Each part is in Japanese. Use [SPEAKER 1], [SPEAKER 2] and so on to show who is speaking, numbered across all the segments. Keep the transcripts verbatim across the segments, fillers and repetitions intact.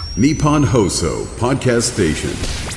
[SPEAKER 1] Nippon Hoso Podcast Station。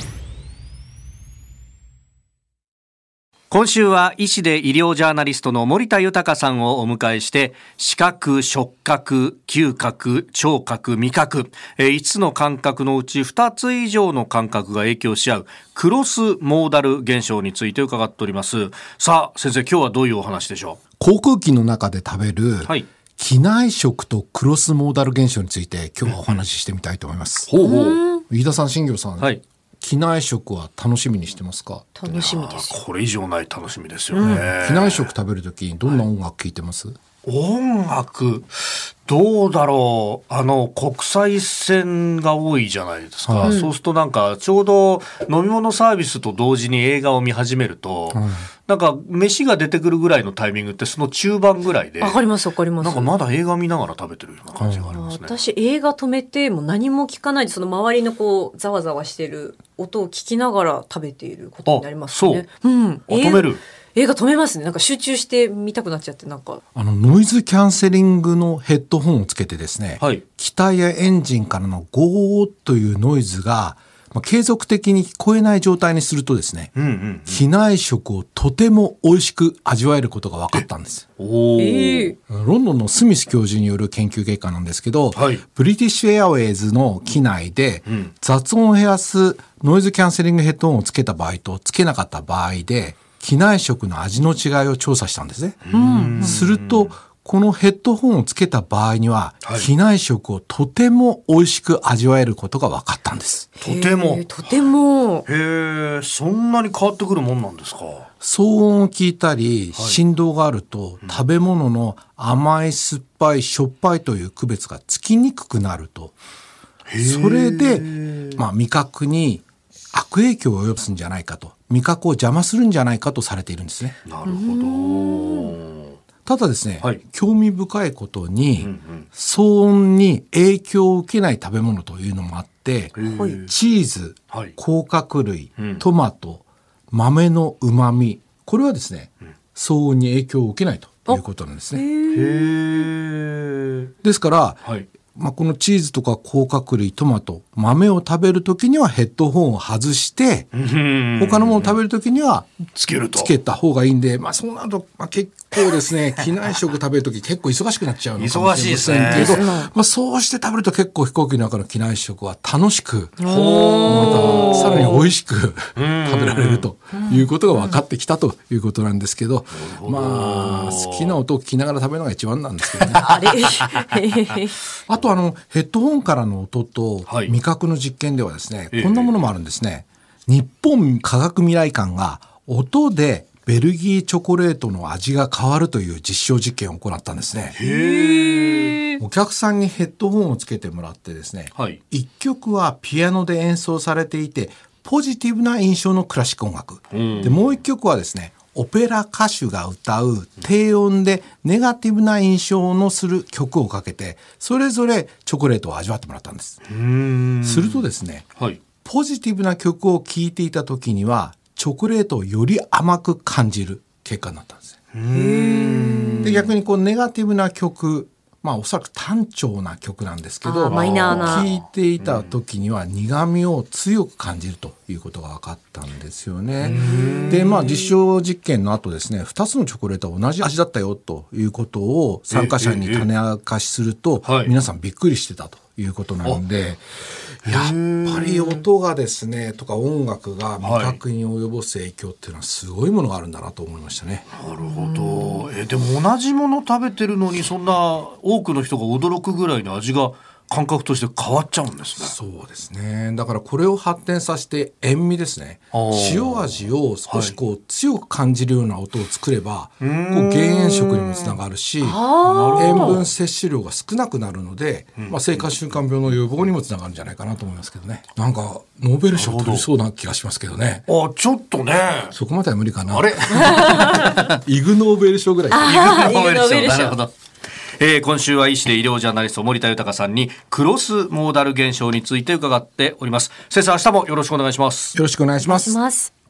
[SPEAKER 2] 今週は医師で医療ジャーナリストの森田豊さんをお迎えして、視覚、触覚、嗅覚、聴覚、味覚、いつつの感覚のうちふたつ以上の感覚が影響し合うクロスモーダル現象について伺っております。さあ先生、今日はどういうお話でしょう。
[SPEAKER 3] 航空機の中で食べる、
[SPEAKER 2] はい、
[SPEAKER 3] 機内食とクロスモーダル現象について今日はお話ししてみたいと思います。
[SPEAKER 2] ほうほう。
[SPEAKER 3] 飯田さん、新業さん、
[SPEAKER 2] はい、
[SPEAKER 3] 機内食は楽しみにしてますか？
[SPEAKER 4] 楽しみですよ。
[SPEAKER 2] これ以上ない楽しみですよね、
[SPEAKER 3] うん、機内食食べるときにどんな音楽聴いてます？はい、
[SPEAKER 2] 音楽どうだろう。あの国際線が多いじゃないですか、はい、そうするとなんかちょうど飲み物サービスと同時に映画を見始めると、うん、なんか飯が出てくるぐらいのタイミングってその中盤ぐらいで、
[SPEAKER 4] わかりますわかります。
[SPEAKER 2] なんかまだ映画見ながら食べてるような感じがありますね。
[SPEAKER 4] 私映画止めてもう何も聞かないで、その周りのこうざわざわしてる音を聞きながら食べていることになりますね。
[SPEAKER 2] そう、
[SPEAKER 4] うん、
[SPEAKER 2] 止める。
[SPEAKER 4] 映画止めますね。なんか集中して見たくなっちゃって、なんか
[SPEAKER 3] あのノイズキャンセリングのヘッドホンをつけてですね、はい、機体やエンジンからのゴーというノイズが、まあ、継続的に聞こえない状態にするとですね、うんうんうん、機内食をとても美味しく味わえることが分かったんです。
[SPEAKER 2] おー。
[SPEAKER 3] ロンドンのスミス教授による研究結果なんですけど、はい、ブリティッシュエアウェイズの機内で、うん、雑音を減らすノイズキャンセリングヘッドホンをつけた場合とつけなかった場合で機内食の味の違いを調査したんですね。うん、するとこのヘッドホンをつけた場合には、はい、機内食をとても美味しく味わえることが分かったんです。
[SPEAKER 2] とても
[SPEAKER 4] とても
[SPEAKER 2] へえ、そんなに変わってくるもんなんですか？
[SPEAKER 3] 騒音を聞いたり、はい、振動があると、うん、食べ物の甘い酸っぱいしょっぱいという区別がつきにくくなると、それで、まあ、味覚に悪影響を及ぼすんじゃないかと、味覚を邪魔するんじゃないかとされているんですね。
[SPEAKER 2] なるほど。
[SPEAKER 3] ただですね、はい、興味深いことに、うんうん、騒音に影響を受けない食べ物というのもあって、チーズ、はい、甲殻類、うん、トマト、豆のうまみ、これはですね、うん、騒音に影響を受けないということなんですね。
[SPEAKER 2] へー。
[SPEAKER 3] ですから、はい、まあ、このチーズとか甲殻類、トマト、豆を食べるときにはヘッドホンを外して、他のものを食べるときには
[SPEAKER 2] つけると
[SPEAKER 3] つけた方がいいんで、まあ、そうなると、まあ、結構ですね、機内食食べるとき結構忙しくなっちゃうのかもしれませんけど、まあ、そうして食べると結構飛行機の中の機内食は楽しく、またさらに美味しく食べられるということが分かってきたということなんですけど、まあ、好きな音を聞きながら食べるのが一番なんですけどね。あれあとあのヘッドホンからの音と味覚の実験ではですね、はい、こんなものもあるんですね。日本科学未来館が音でベルギーチョコレートの味が変わるという実証実験を行ったんですね。
[SPEAKER 2] へー。
[SPEAKER 3] お客さんにヘッドホンをつけてもらってですね、はい、いっきょくはピアノで演奏されていてポジティブな印象のクラシック音楽、でもういっきょくはですね、オペラ歌手が歌う低音でネガティブな印象のする曲をかけてそれぞれチョコレートを味わってもらったんです。うーん。するとですね、はい、ポジティブな曲を聴いていた時にはチョコレートをより甘く感じる結果になったんです。うーん。で逆にこうネガティブな曲、まあおそらく単調な曲なんですけど、
[SPEAKER 4] マイナーな
[SPEAKER 3] 聴いていた時には苦味を強く感じるということが分かったんですよね。でまあ実証実験の後ですね、ふたつのチョコレートは同じ味だったよということを参加者に種明かしすると、皆さんびっくりしてたということなので、やっぱり音がですねとか音楽が味覚に及ぼす影響っていうのはすごいものがあるんだなと思いましたね。
[SPEAKER 2] なるほど。えでも同じもの食べてるのにそんな多くの人が驚くぐらいの味が感覚として変わっちゃうんですね。
[SPEAKER 3] そうですね。だからこれを発展させて塩味ですね、塩味を少しこう強く感じるような音を作れば、はい、こう減塩食にもつながるし塩分摂取量が少なくなるので、まあ、生活習慣病の予防にもつながるんじゃないかなと思いますけどね。なんかノーベル賞取りそうな気がしますけどね。
[SPEAKER 2] あちょっとね
[SPEAKER 3] そこまでは無理かな。
[SPEAKER 2] あれ
[SPEAKER 3] イグノーベル賞ぐらい
[SPEAKER 2] イグノーベル賞なるほど。えー、今週は医師で医療ジャーナリスト森田豊さんにクロスモーダル現象について伺っております。先生、明日もよろしくお願いします。
[SPEAKER 3] よろしくお願いします。